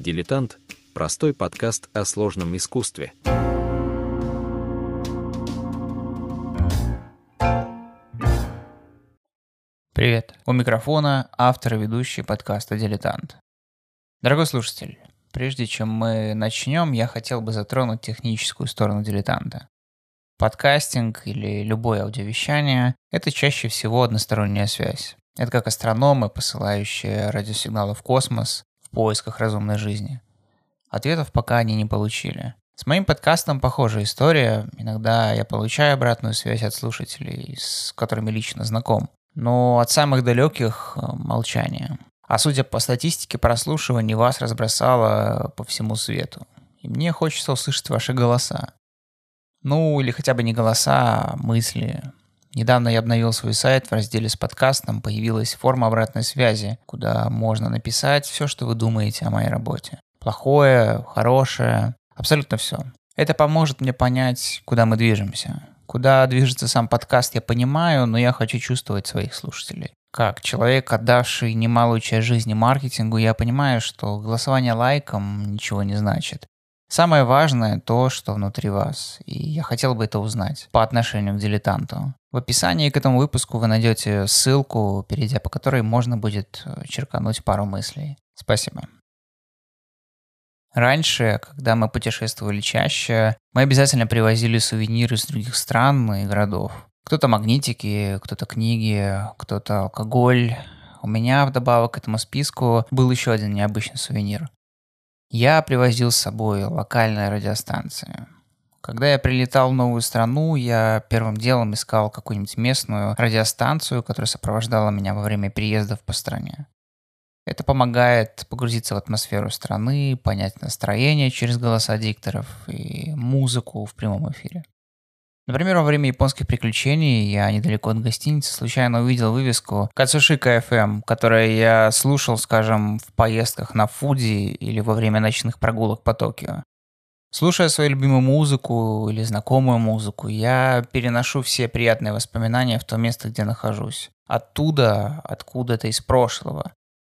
«Дилетант» — простой подкаст о сложном искусстве. Привет! У микрофона автор и ведущий подкаста «Дилетант». Дорогой слушатель, прежде чем мы начнем, я хотел бы затронуть техническую сторону «Дилетанта». Подкастинг или любое аудиовещание — это чаще всего односторонняя связь. Это как астрономы, посылающие радиосигналы в космос в поисках разумной жизни. Ответов пока они не получили. С моим подкастом похожая история. Иногда я получаю обратную связь от слушателей, с которыми лично знаком. Но от самых далеких — молчание. А судя по статистике прослушиваний, вас разбросало по всему свету. И мне хочется услышать ваши голоса. Ну, или хотя бы не голоса, а мысли. Недавно я обновил свой сайт, в разделе с подкастом появилась форма обратной связи, куда можно написать все, что вы думаете о моей работе. Плохое, хорошее, абсолютно все. Это поможет мне понять, куда мы движемся. Куда движется сам подкаст, я понимаю, но я хочу чувствовать своих слушателей. Как человек, отдавший немалую часть жизни маркетингу, я понимаю, что голосование лайком ничего не значит. Самое важное то, что внутри вас, и я хотел бы это узнать по отношению к «Дилетанту». В описании к этому выпуску вы найдете ссылку, перейдя по которой можно будет черкануть пару мыслей. Спасибо. Раньше, когда мы путешествовали чаще, мы обязательно привозили сувениры из других стран и городов. Кто-то магнитики, кто-то книги, кто-то алкоголь. У меня вдобавок к этому списку был еще один необычный сувенир. Я привозил с собой локальные радиостанции. Когда я прилетал в новую страну, я первым делом искал какую-нибудь местную радиостанцию, которая сопровождала меня во время переездов по стране. Это помогает погрузиться в атмосферу страны, понять настроение через голоса дикторов и музыку в прямом эфире. Например, во время японских приключений я недалеко от гостиницы случайно увидел вывеску Кацушика FM, которую я слушал, скажем, в поездках на Фудзи или во время ночных прогулок по Токио. Слушая свою любимую музыку или знакомую музыку, я переношу все приятные воспоминания в то место, где нахожусь. Оттуда, откуда-то из прошлого.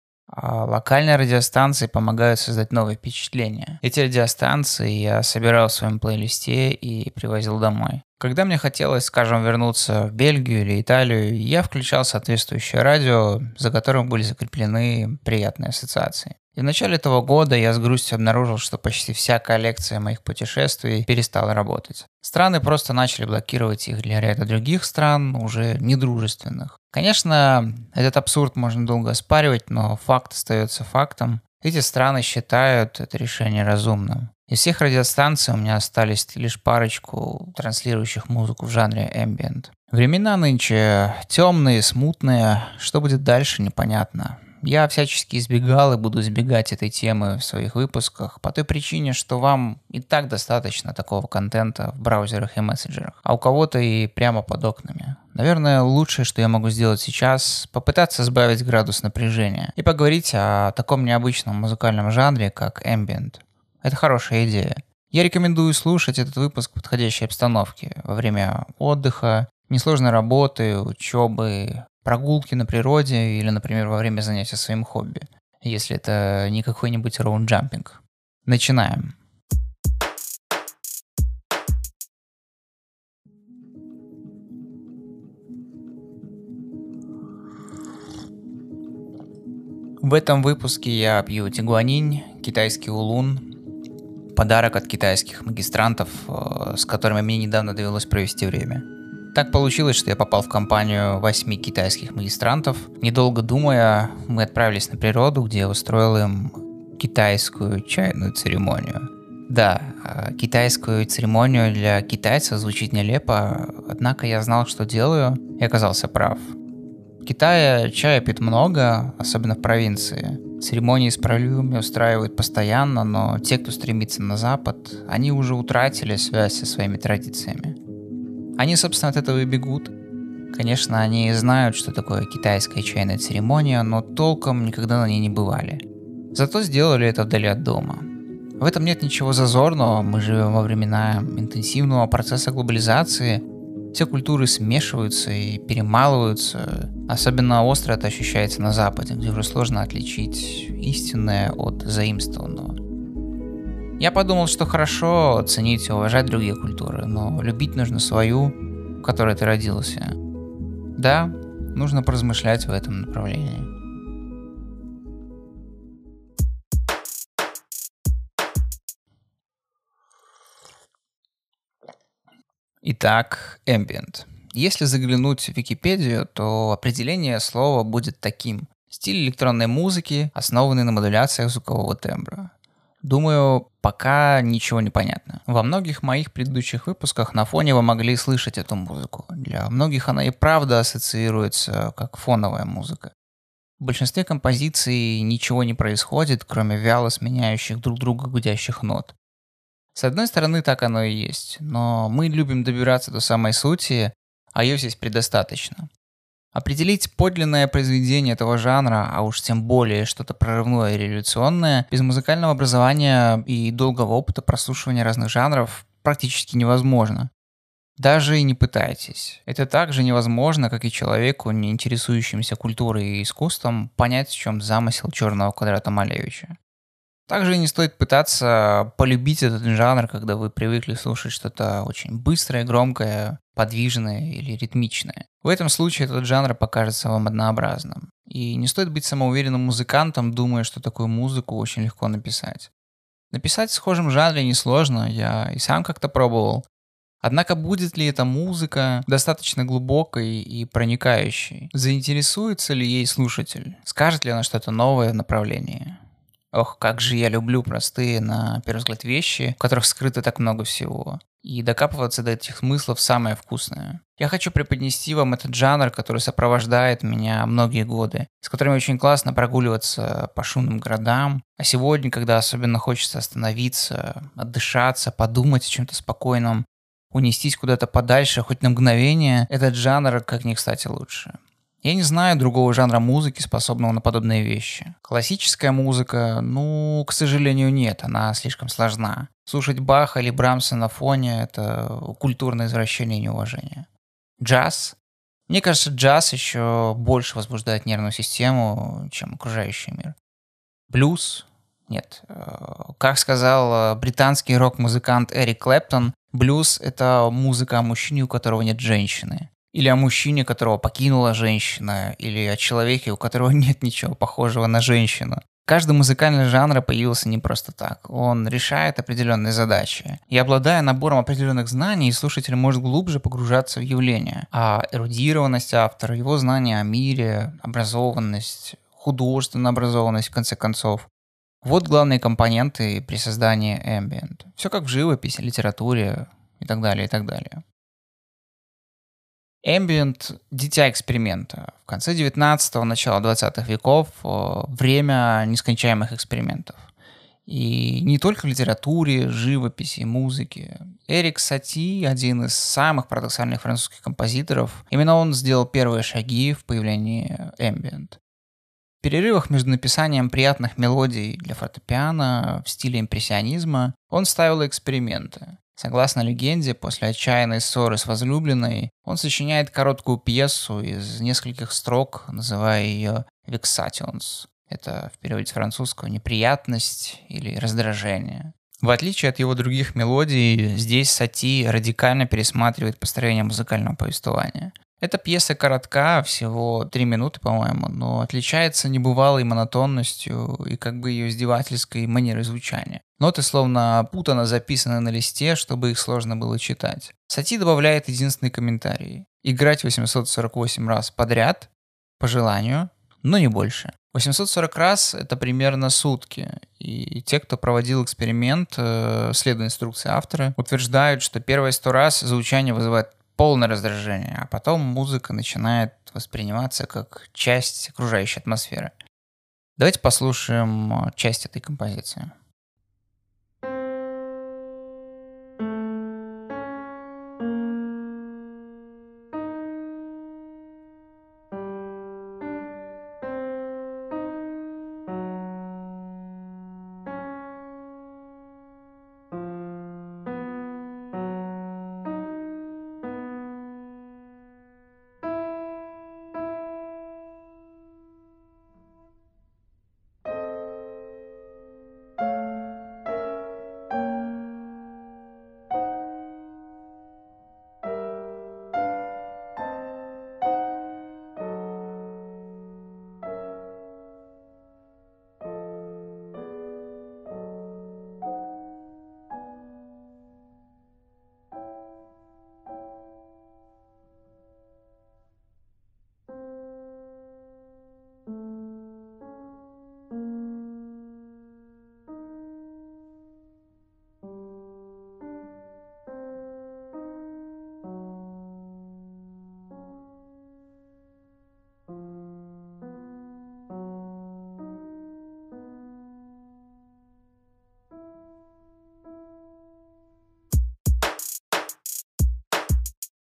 А локальные радиостанции помогают создать новые впечатления. Эти радиостанции я собирал в своем плейлисте и привозил домой. Когда мне хотелось, скажем, вернуться в Бельгию или Италию, я включал соответствующее радио, за которым были закреплены приятные ассоциации. И в начале этого года я с грустью обнаружил, что почти вся коллекция моих путешествий перестала работать. Страны просто начали блокировать их для ряда других стран, уже недружественных. Конечно, этот абсурд можно долго оспаривать, но факт остается фактом. Эти страны считают это решение разумным. Из всех радиостанций у меня остались лишь парочку, транслирующих музыку в жанре ambient. Времена нынче темные, смутные, что будет дальше, непонятно. Я всячески избегал и буду избегать этой темы в своих выпусках по той причине, что вам и так достаточно такого контента в браузерах и мессенджерах, а у кого-то и прямо под окнами. Наверное, лучшее, что я могу сделать сейчас, попытаться сбавить градус напряжения и поговорить о таком необычном музыкальном жанре, как ambient. Это хорошая идея. Я рекомендую слушать этот выпуск в подходящей обстановке, во время отдыха, несложной работы, учебы, прогулки на природе или, например, во время занятия своим хобби, если это не какой-нибудь роунд-джампинг. Начинаем. В этом выпуске я пью тигуанинь, китайский улун, подарок от китайских магистрантов, с которыми мне недавно довелось провести время. Так получилось, что я попал в компанию 8 китайских магистрантов. Недолго думая, мы отправились на природу, где я устроил им китайскую чайную церемонию. Да, китайскую церемонию для китайцев звучит нелепо, однако я знал, что делаю, и оказался прав. В Китае чая пьют много, особенно в провинции. Церемонии с проливами устраивают постоянно, но те, кто стремится на запад, они уже утратили связь со своими традициями. Они, собственно, от этого и бегут. Конечно, они знают, что такое китайская чайная церемония, но толком никогда на ней не бывали. Зато сделали это вдали от дома. В этом нет ничего зазорного, мы живем во времена интенсивного процесса глобализации, все культуры смешиваются и перемалываются. Особенно остро это ощущается на Западе, где уже сложно отличить истинное от заимствованного. Я подумал, что хорошо ценить и уважать другие культуры, но любить нужно свою, в которой ты родился. Да, нужно поразмышлять в этом направлении. Итак, ambient. Если заглянуть в Википедию, то определение слова будет таким. Стиль электронной музыки, основанный на модуляциях звукового тембра. Думаю, пока ничего не понятно. Во многих моих предыдущих выпусках на фоне вы могли слышать эту музыку. Для многих она и правда ассоциируется как фоновая музыка. В большинстве композиций ничего не происходит, кроме вяло сменяющих друг друга гудящих нот. С одной стороны, так оно и есть, но мы любим добираться до самой сути, а ее здесь предостаточно. Определить подлинное произведение этого жанра, а уж тем более что-то прорывное и революционное, без музыкального образования и долгого опыта прослушивания разных жанров практически невозможно. Даже и не пытайтесь. Это так же невозможно, как и человеку, не интересующимся культурой и искусством, понять, в чем замысел «Черного квадрата» Малевича. Также не стоит пытаться полюбить этот жанр, когда вы привыкли слушать что-то очень быстрое, громкое, подвижное или ритмичное. В этом случае этот жанр покажется вам однообразным. И не стоит быть самоуверенным музыкантом, думая, что такую музыку очень легко написать. Написать в схожем жанре несложно, я и сам как-то пробовал. Однако будет ли эта музыка достаточно глубокой и проникающей? Заинтересуется ли ей слушатель? Скажет ли она что-то новое в направлении? Ох, как же я люблю простые, на первый взгляд, вещи, в которых скрыто так много всего. И докапываться до этих смыслов самое вкусное. Я хочу преподнести вам этот жанр, который сопровождает меня многие годы, с которыми очень классно прогуливаться по шумным городам. А сегодня, когда особенно хочется остановиться, отдышаться, подумать о чем-то спокойном, унестись куда-то подальше, хоть на мгновение, этот жанр как ни кстати лучше. Я не знаю другого жанра музыки, способного на подобные вещи. Классическая музыка, к сожалению, нет, она слишком сложна. Слушать Баха или Брамса на фоне – это культурное извращение и неуважение. Джаз? Мне кажется, джаз еще больше возбуждает нервную систему, чем окружающий мир. Блюз? Нет. Как сказал британский рок-музыкант Эрик Клэптон, блюз – это музыка о мужчине, у которого нет женщины. Или о мужчине, которого покинула женщина, или о человеке, у которого нет ничего похожего на женщину. Каждый музыкальный жанр появился не просто так. Он решает определенные задачи. И обладая набором определенных знаний, слушатель может глубже погружаться в явление. А эрудированность автора, его знания о мире, образованность, художественная образованность, в конце концов. Вот главные компоненты при создании ambient. Все как в живописи, литературе и так далее, и так далее. Ambient – дитя эксперимента. В конце 19-го, начало 20-х веков – время нескончаемых экспериментов. И не только в литературе, живописи, музыке. Эрик Сати – один из самых парадоксальных французских композиторов. Именно он сделал первые шаги в появлении ambient. В перерывах между написанием приятных мелодий для фортепиано в стиле импрессионизма он ставил эксперименты. Согласно легенде, после отчаянной ссоры с возлюбленной, он сочиняет короткую пьесу из нескольких строк, называя ее «Vexations». Это в переводе с французского «неприятность» или «раздражение». В отличие от его других мелодий, здесь Сати радикально пересматривает построение музыкального повествования. Эта пьеса коротка, всего 3 минуты, по-моему, но отличается небывалой монотонностью и как бы ее издевательской манерой звучания. Ноты словно путано записаны на листе, чтобы их сложно было читать. Сати добавляет единственный комментарий. Играть 848 раз подряд, по желанию, но не больше. 840 раз — это примерно сутки. И те, кто проводил эксперимент, следуя инструкции автора, утверждают, что первые 100 раз звучание вызывает полное раздражение, а потом музыка начинает восприниматься как часть окружающей атмосферы. Давайте послушаем часть этой композиции.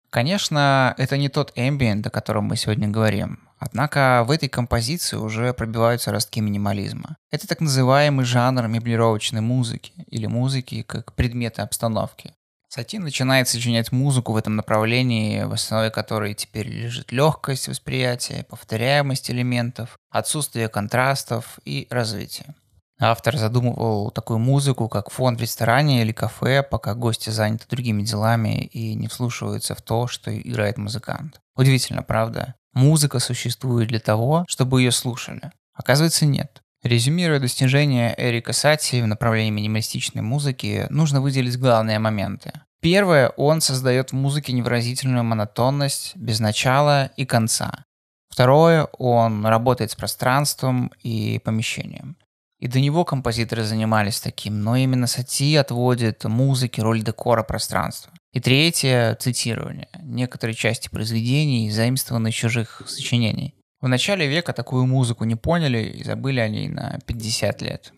Конечно, это не тот ambient, о котором мы сегодня говорим. Однако в этой композиции уже пробиваются ростки минимализма. Это так называемый жанр меблировочной музыки или музыки как предмета обстановки. Сати начинает сочинять музыку в этом направлении, в основе которой теперь лежит легкость восприятия, повторяемость элементов, отсутствие контрастов и развитие. Автор задумывал такую музыку, как фон в ресторане или кафе, пока гости заняты другими делами и не вслушиваются в то, что играет музыкант. Удивительно, правда? Музыка существует для того, чтобы ее слушали. Оказывается, нет. Резюмируя достижения Эрика Сати в направлении минималистичной музыки, нужно выделить главные моменты. Первое, он создает в музыке невыразительную монотонность, без начала и конца. Второе, он работает с пространством и помещением. И до него композиторы занимались таким, но именно Сати отводит музыке роль декора пространства. И третье – цитирование. Некоторые части произведений заимствованы из чужих сочинений. В начале века такую музыку не поняли и забыли о ней на 50 лет.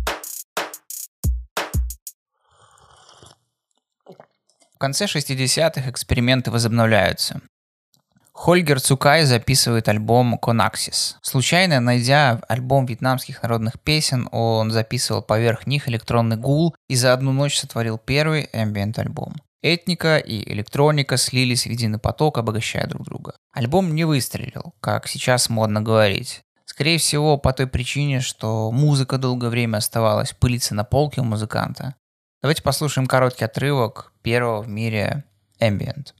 В конце 60-х эксперименты возобновляются. Хольгер Цукай записывает альбом «Конаксис». Случайно найдя альбом вьетнамских народных песен, он записывал поверх них электронный гул и за одну ночь сотворил первый эмбиент-альбом. Этника и электроника слились в единый поток, обогащая друг друга. Альбом не выстрелил, как сейчас модно говорить. Скорее всего, по той причине, что музыка долгое время оставалась пылиться на полке у музыканта. Давайте послушаем короткий отрывок первого в мире эмбиент.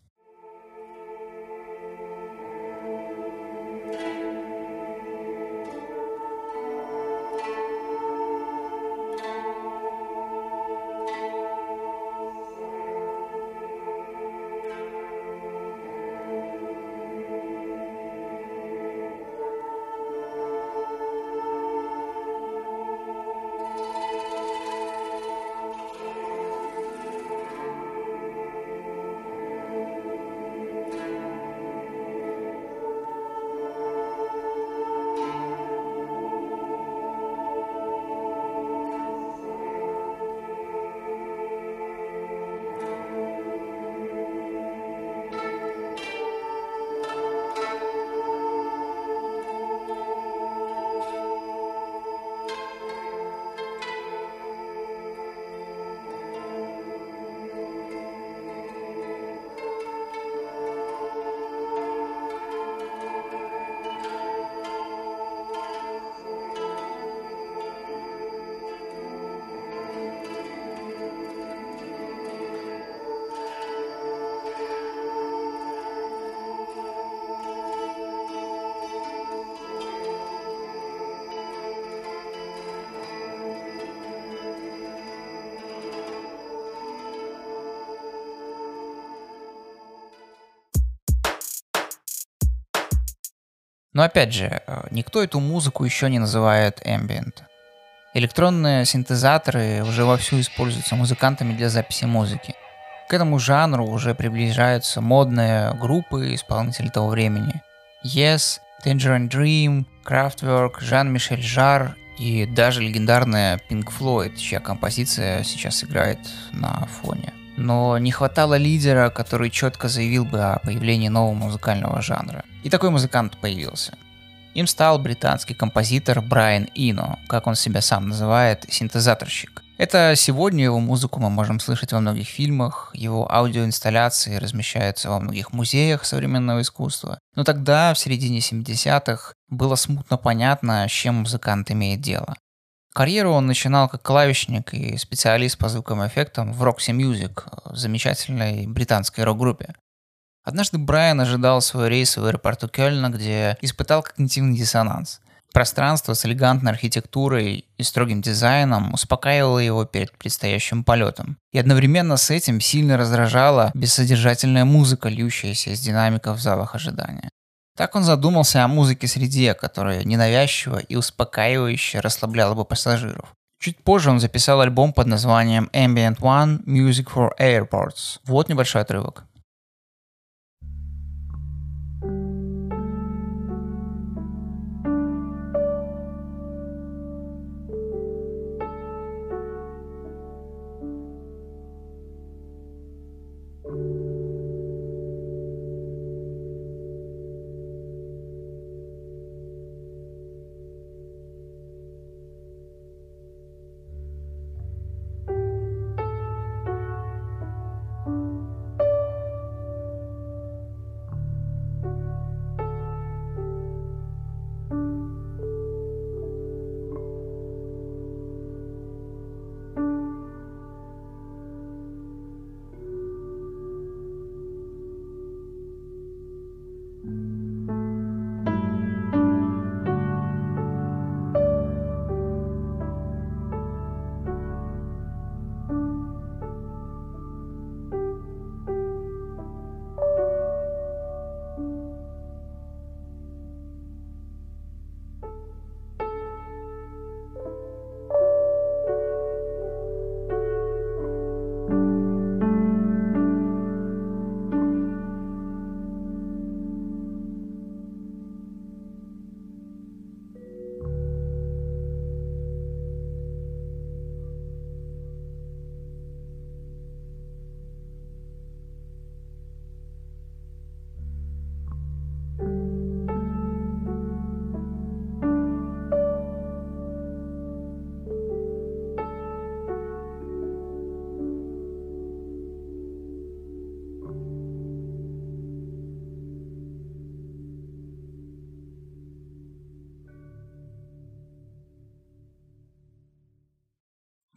Но опять же, никто эту музыку еще не называет ambient. Электронные синтезаторы уже вовсю используются музыкантами для записи музыки. К этому жанру уже приближаются модные группы исполнителей того времени. Yes, Tangerine Dream, Kraftwerk, Жан-Мишель Жарр и даже легендарная Pink Floyd, чья композиция сейчас играет на фоне. Но не хватало лидера, который четко заявил бы о появлении нового музыкального жанра. И такой музыкант появился. Им стал британский композитор Брайан Ино, как он себя сам называет, синтезаторщик. Это сегодня его музыку мы можем слышать во многих фильмах, его аудиоинсталляции размещаются во многих музеях современного искусства. Но тогда, в середине 70-х, было смутно понятно, с чем музыкант имеет дело. Карьеру он начинал как клавишник и специалист по звуковым эффектам в Roxy Music, замечательной британской рок-группе. Однажды Брайан ожидал свой рейс в аэропорту Кёльна, где испытал когнитивный диссонанс. Пространство с элегантной архитектурой и строгим дизайном успокаивало его перед предстоящим полетом. И одновременно с этим сильно раздражала бессодержательная музыка, льющаяся из динамиков в залах ожидания. Так он задумался о музыке-среде, которая ненавязчиво и успокаивающе расслабляла бы пассажиров. Чуть позже он записал альбом под названием Ambient One – Music for Airports. Вот небольшой отрывок.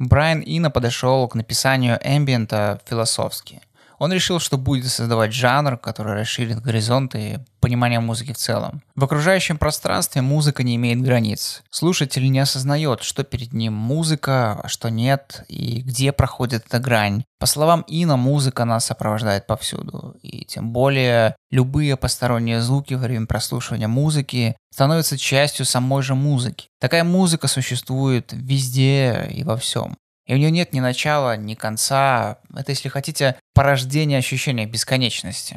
Брайан Ино подошел к написанию эмбиента философски. Он решил, что будет создавать жанр, который расширит горизонты понимания музыки в целом. В окружающем пространстве музыка не имеет границ. Слушатель не осознает, что перед ним музыка, а что нет, и где проходит эта грань. По словам Ино, музыка нас сопровождает повсюду. И тем более любые посторонние звуки во время прослушивания музыки становятся частью самой же музыки. Такая музыка существует везде и во всем. И у нее нет ни начала, ни конца. Это, если хотите, порождение ощущения бесконечности.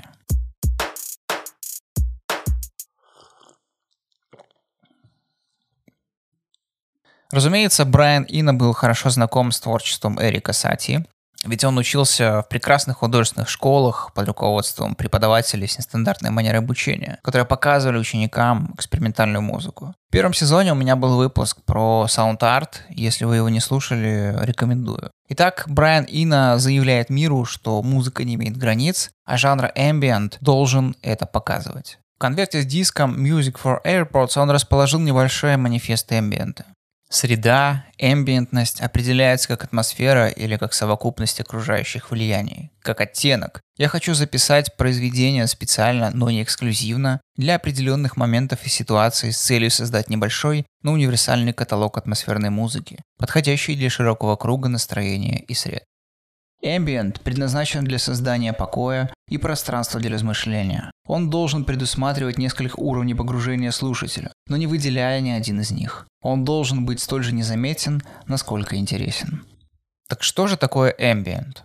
Разумеется, Брайан Ино был хорошо знаком с творчеством Эрика Сати, ведь он учился в прекрасных художественных школах под руководством преподавателей с нестандартной манерой обучения, которые показывали ученикам экспериментальную музыку. В первом сезоне у меня был выпуск про саунд-арт, если вы его не слушали, рекомендую. Итак, Брайан Ино заявляет миру, что музыка не имеет границ, а жанр ambient должен это показывать. В конверте с диском Music for Airports он расположил небольшой манифест ambient. Среда, эмбиентность определяется как атмосфера или как совокупность окружающих влияний, как оттенок. Я хочу записать произведение специально, но не эксклюзивно, для определенных моментов и ситуаций с целью создать небольшой, но универсальный каталог атмосферной музыки, подходящий для широкого круга настроения и сред. Ambient предназначен для создания покоя и пространства для размышления. Он должен предусматривать несколько уровней погружения слушателя, но не выделяя ни один из них. Он должен быть столь же незаметен, насколько интересен. Так что же такое ambient?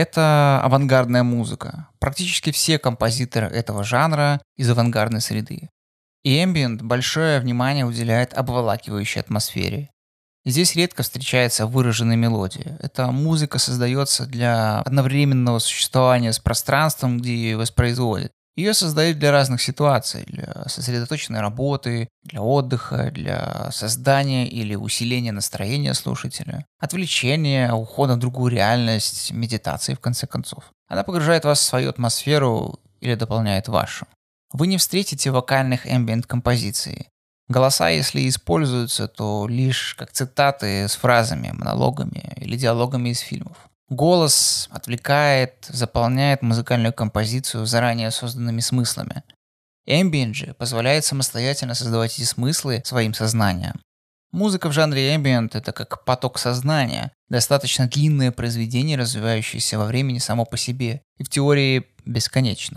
Это авангардная музыка. Практически все композиторы этого жанра из авангардной среды. И ambient большое внимание уделяет обволакивающей атмосфере. Здесь редко встречается выраженная мелодия. Эта музыка создается для одновременного существования с пространством, где ее воспроизводят. Ее создают для разных ситуаций, для сосредоточенной работы, для отдыха, для создания или усиления настроения слушателя, отвлечения, ухода в другую реальность, медитации в конце концов. Она погружает вас в свою атмосферу или дополняет вашу. Вы не встретите вокальных эмбиент-композиций. Голоса, если используются, то лишь как цитаты с фразами, монологами или диалогами из фильмов. Голос отвлекает, заполняет музыкальную композицию заранее созданными смыслами. Ambient же позволяет самостоятельно создавать эти смыслы своим сознанием. Музыка в жанре ambient — это как поток сознания, достаточно длинное произведение, развивающееся во времени само по себе, и в теории бесконечно.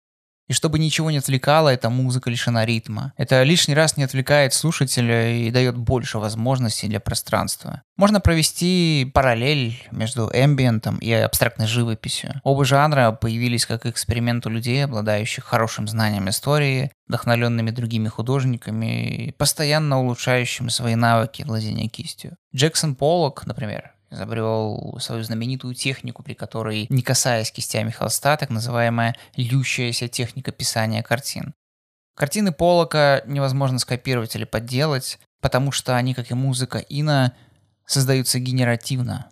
И чтобы ничего не отвлекало, эта музыка лишена ритма. Это лишний раз не отвлекает слушателя и дает больше возможностей для пространства. Можно провести параллель между эмбиентом и абстрактной живописью. Оба жанра появились как эксперимент у людей, обладающих хорошим знанием истории, вдохновленными другими художниками и постоянно улучшающими свои навыки владения кистью. Джексон Поллок, например, изобрел свою знаменитую технику, при которой, не касаясь кистями холста, так называемая льющаяся техника писания картин. Картины Поллока невозможно скопировать или подделать, потому что они, как и музыка Ино, создаются генеративно.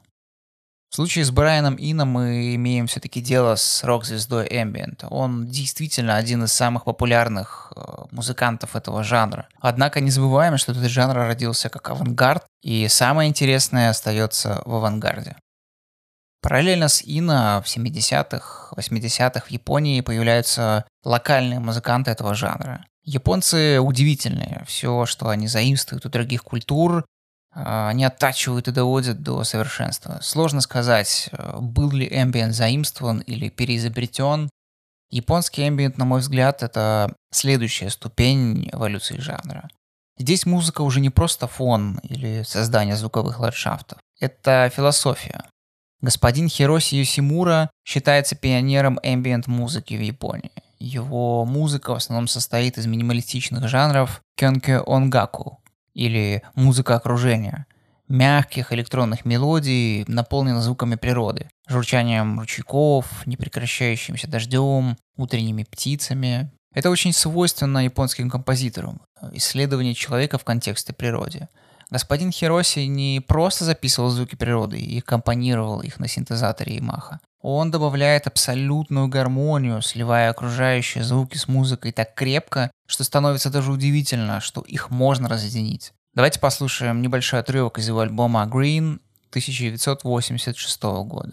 В случае с Брайаном Ино мы имеем все-таки дело с рок-звездой Ambient. Он действительно один из самых популярных музыкантов этого жанра. Однако не забываем, что этот жанр родился как авангард, и самое интересное остается в авангарде. Параллельно с Ино в 70-х, 80-х в Японии появляются локальные музыканты этого жанра. Японцы удивительные. Все, что они заимствуют у других культур, они оттачивают и доводят до совершенства. Сложно сказать, был ли ambient заимствован или переизобретен. Японский ambient, на мой взгляд, это следующая ступень эволюции жанра. Здесь музыка уже не просто фон или создание звуковых ландшафтов. Это философия. Господин Хироси Йосимура считается пионером ambient-музыки в Японии. Его музыка в основном состоит из минималистичных жанров кёнкё-онгаку, или музыка окружения, мягких электронных мелодий, наполненных звуками природы, журчанием ручейков, непрекращающимся дождем, утренними птицами. Это очень свойственно японским композиторам – исследование человека в контексте природы. Господин Хироси не просто записывал звуки природы и компонировал их на синтезаторе Yamaha. Он добавляет абсолютную гармонию, сливая окружающие звуки с музыкой так крепко, что становится даже удивительно, что их можно разъединить. Давайте послушаем небольшой отрывок из его альбома Green 1986 года.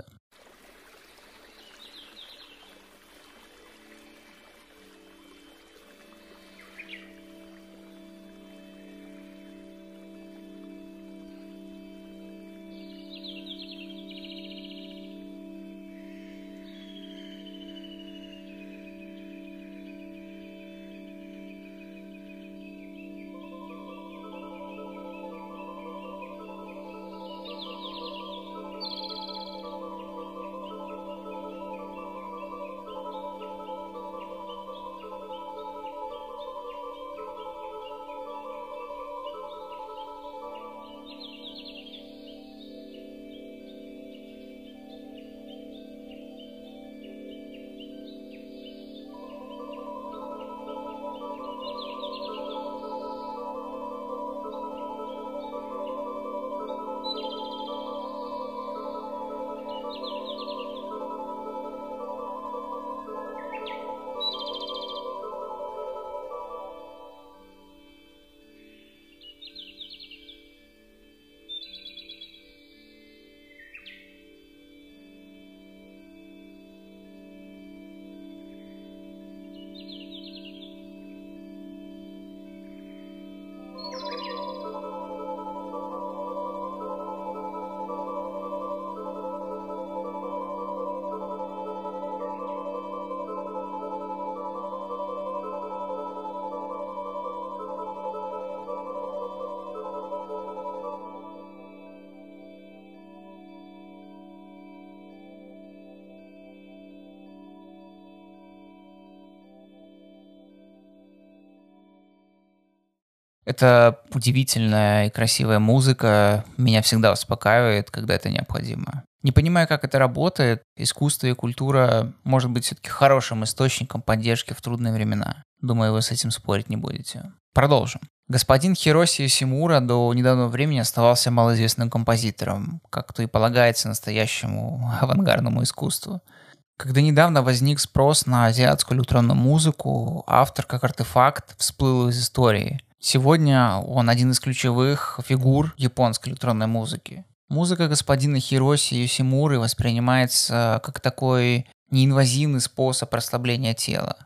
Это удивительная и красивая музыка, меня всегда успокаивает, когда это необходимо. Не понимая, как это работает, искусство и культура может быть все-таки хорошим источником поддержки в трудные времена. Думаю, вы с этим спорить не будете. Продолжим. Господин Хироси Йосимура до недавнего времени оставался малоизвестным композитором, как то и полагается настоящему авангардному искусству. Когда недавно возник спрос на азиатскую электронную музыку, автор как артефакт всплыл из истории. Сегодня он один из ключевых фигур японской электронной музыки. Музыка господина Хироси Йосимуры воспринимается как такой неинвазивный способ расслабления тела.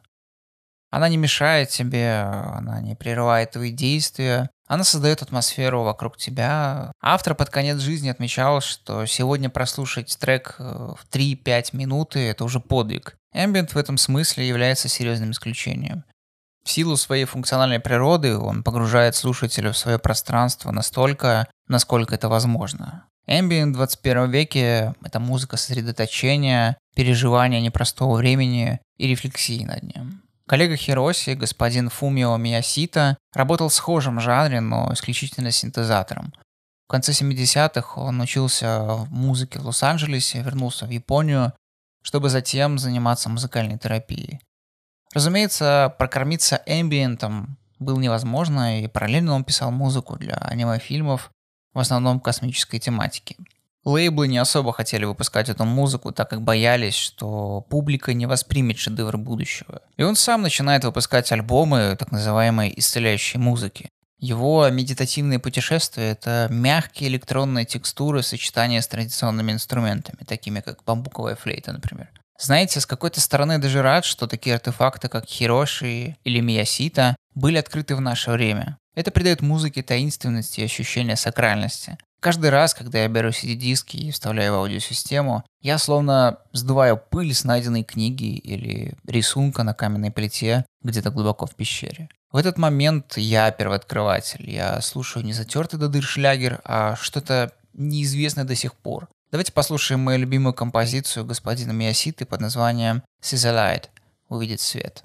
Она не мешает тебе, она не прерывает твои действия, она создает атмосферу вокруг тебя. Автор под конец жизни отмечал, что сегодня прослушать трек в 3-5 минуты – это уже подвиг. Ambient в этом смысле является серьезным исключением. В силу своей функциональной природы он погружает слушателя в свое пространство настолько, насколько это возможно. Ambient в 21 веке – это музыка сосредоточения, переживания непростого времени и рефлексии над ним. Коллега Хироси, господин Фумио Миясита, работал в схожем жанре, но исключительно с синтезатором. В конце 70-х он учился в музыке в Лос-Анджелесе, вернулся в Японию, чтобы затем заниматься музыкальной терапией. Разумеется, прокормиться эмбиентом было невозможно, и параллельно он писал музыку для аниме-фильмов, в основном космической тематики. Лейблы не особо хотели выпускать эту музыку, так как боялись, что публика не воспримет шедевр будущего. И он сам начинает выпускать альбомы так называемой исцеляющей музыки. Его медитативные путешествия – это мягкие электронные текстуры сочетания с традиционными инструментами, такими как бамбуковая флейта, например. Знаете, с какой-то стороны даже рад, что такие артефакты, как Хироши или Миясита, были открыты в наше время. Это придает музыке таинственности и ощущение сакральности. Каждый раз, когда я беру CD-диски и вставляю в аудиосистему, я словно сдуваю пыль с найденной книги или рисунка на каменной плите где-то глубоко в пещере. В этот момент я первооткрыватель. Я слушаю не затертый до дыр шлягер, а что-то неизвестное до сих пор. Давайте послушаем мою любимую композицию господина Мияситы под названием «See the Light» – «Увидеть свет».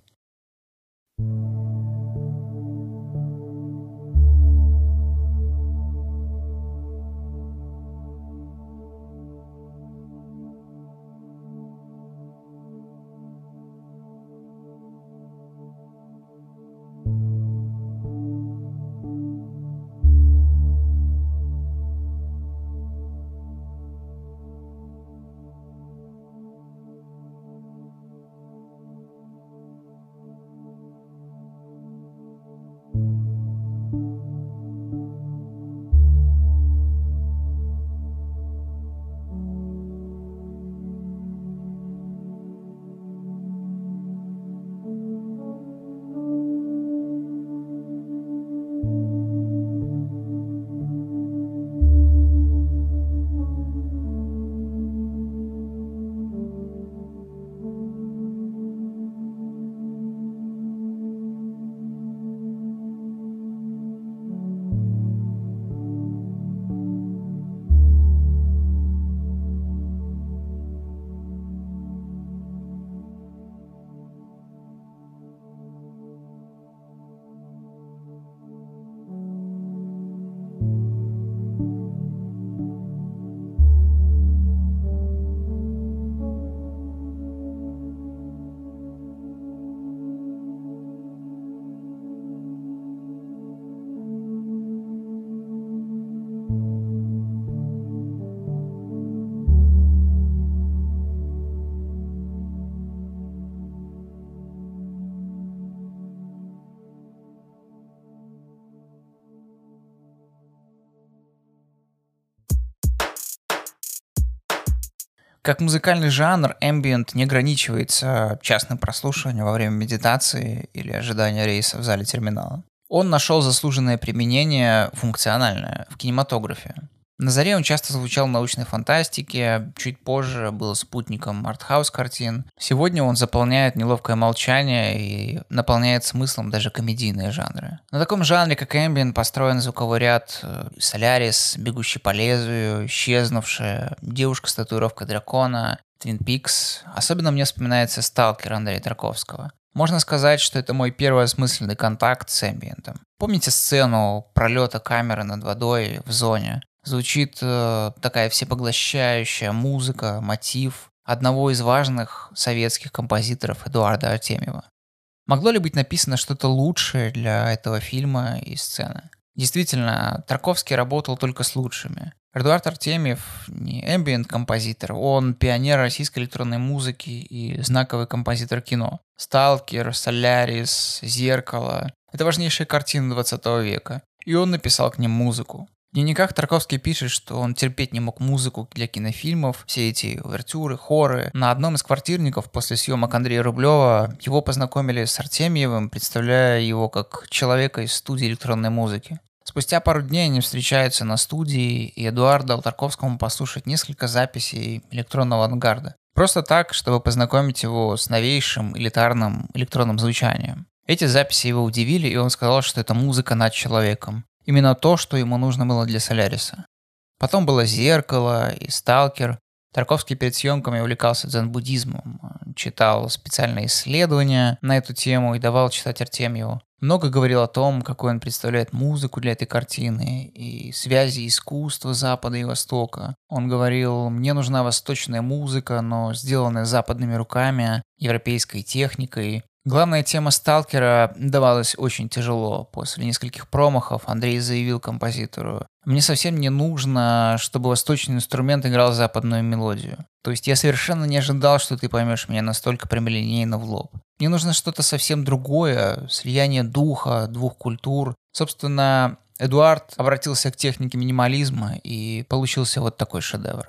Как музыкальный жанр, ambient не ограничивается частным прослушиванием во время медитации или ожидания рейса в зале терминала. Он нашел заслуженное применение функциональное в кинематографе. На заре он часто звучал в научной фантастике, чуть позже был спутником артхаус картин. Сегодня он заполняет неловкое молчание и наполняет смыслом даже комедийные жанры. На таком жанре, как ambient, построен звуковой ряд «Солярис», «Бегущий по лезвию», «Исчезнувшая», «Девушка с татуировкой дракона», «Твин Пикс». Особенно мне вспоминается «Сталкер» Андрея Тарковского. Можно сказать, что это мой первый осмысленный контакт с эмбиентом. Помните сцену пролета камеры над водой в зоне? Звучит такая всепоглощающая музыка, мотив одного из важных советских композиторов Эдуарда Артемьева. Могло ли быть написано что-то лучшее для этого фильма и сцены? Действительно, Тарковский работал только с лучшими. Эдуард Артемьев не эмбиент-композитор, он пионер российской электронной музыки и знаковый композитор кино. «Сталкер», «Солярис», «Зеркало» — это важнейшие картины 20 века, и он написал к ним музыку. В дневниках Тарковский пишет, что он терпеть не мог музыку для кинофильмов, все эти увертюры, хоры. На одном из квартирников после съемок Андрея Рублева его познакомили с Артемьевым, представляя его как человека из студии электронной музыки. Спустя пару дней они встречаются на студии, и Эдуард дал Тарковскому послушать несколько записей электронного авангарда. Просто так, чтобы познакомить его с новейшим элитарным электронным звучанием. Эти записи его удивили, и он сказал, что это музыка над человеком. Именно то, что ему нужно было для «Соляриса». Потом было «Зеркало» и «Сталкер». Тарковский перед съемками увлекался дзен-буддизмом, читал специальные исследования на эту тему и давал читать Артемьеву. Много говорил о том, какой он представляет музыку для этой картины и связи искусства Запада и Востока. Он говорил: «Мне нужна восточная музыка, но сделанная западными руками, европейской техникой». Главная тема «Сталкера» давалась очень тяжело. После нескольких промахов Андрей заявил композитору: «Мне совсем не нужно, чтобы восточный инструмент играл западную мелодию. То есть я совершенно не ожидал, что ты поймешь меня настолько прямолинейно в лоб. Мне нужно что-то совсем другое, слияние духа, двух культур». Собственно, Эдуард обратился к технике минимализма, и получился вот такой шедевр.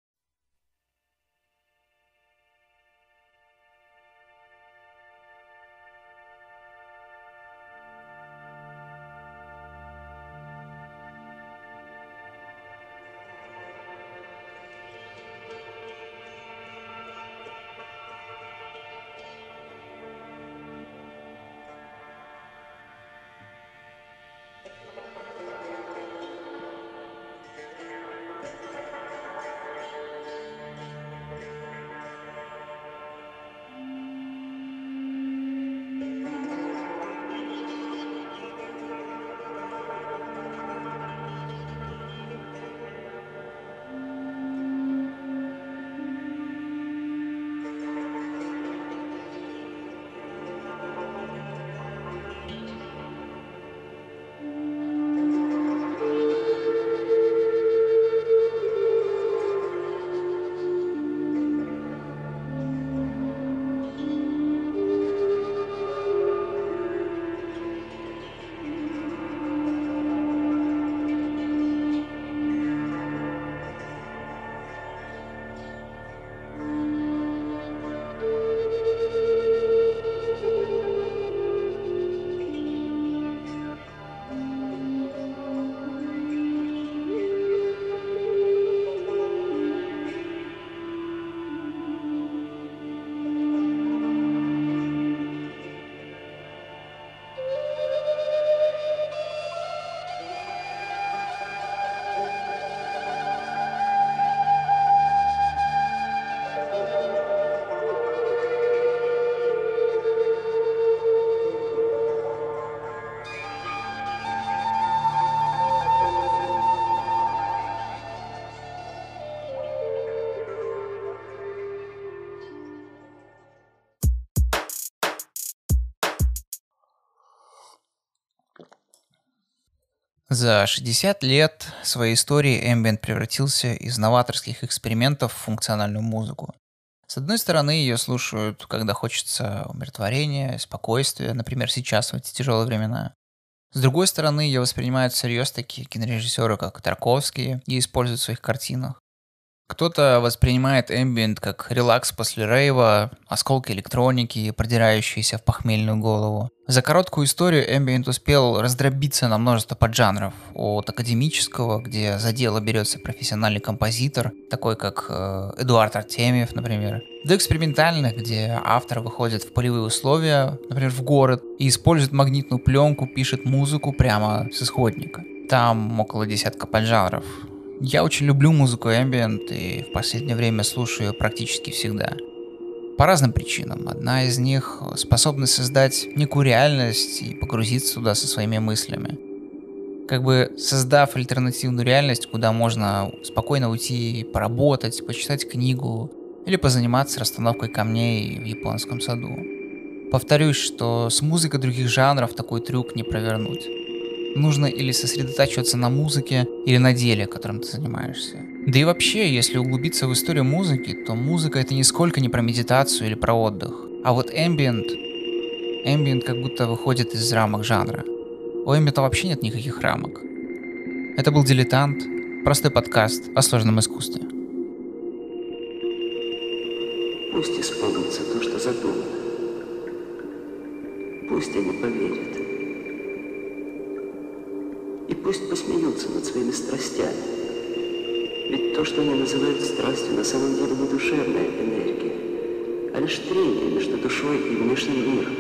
За 60 лет своей истории Ambient превратился из новаторских экспериментов в функциональную музыку. С одной стороны, ее слушают, когда хочется умиротворения, спокойствия, например, сейчас, в эти тяжелые времена. С другой стороны, ее воспринимают всерьез такие кинорежиссеры, как Тарковский, и используют в своих картинах. Кто-то воспринимает ambient как релакс после рейва, осколки электроники, продирающиеся в похмельную голову. За короткую историю ambient успел раздробиться на множество поджанров. От академического, где за дело берется профессиональный композитор, такой как Эдуард Артемьев, например, до экспериментальных, где автор выходит в полевые условия, например, в город, и использует магнитную пленку, пишет музыку прямо с исходника. Там около десятка поджанров. Я очень люблю музыку ambient и в последнее время слушаю ее практически всегда. По разным причинам. Одна из них — способность создать некую реальность и погрузиться туда со своими мыслями. Как бы создав альтернативную реальность, куда можно спокойно уйти поработать, почитать книгу или позаниматься расстановкой камней в японском саду. Повторюсь, что с музыкой других жанров такой трюк не провернуть. Нужно или сосредотачиваться на музыке, или на деле, которым ты занимаешься. Да и вообще, если углубиться в историю музыки, то музыка — это нисколько не про медитацию или про отдых. А вот ambient как будто выходит из рамок жанра. У ambient вообще нет никаких рамок. Это был «Дилетант», простой подкаст о сложном искусстве. Пусть исполнится то, что задумано. Пусть они поверят. И пусть посмеются над своими страстями. Ведь то, что они называют страстью, на самом деле не душевная энергия, а лишь трение между душой и внешним миром.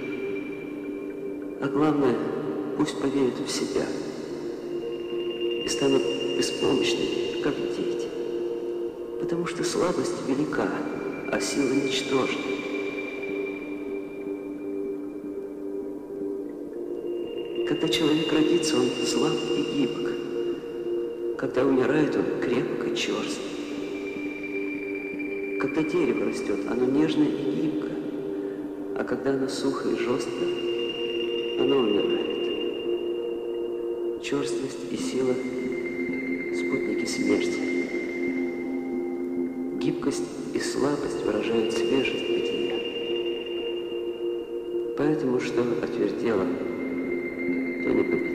А главное, пусть поверят в себя и станут беспомощными, как дети. Потому что слабость велика, а сила ничтожна. Когда человек родится, он слаб и гибок. Когда умирает, он крепок и черст. Когда дерево растет, оно нежно и гибко. А когда оно сухо и жестко, оно умирает. Черствость и сила — спутники смерти. Гибкость и слабость выражают свежесть бытия. Поэтому что отвердело, то не победит.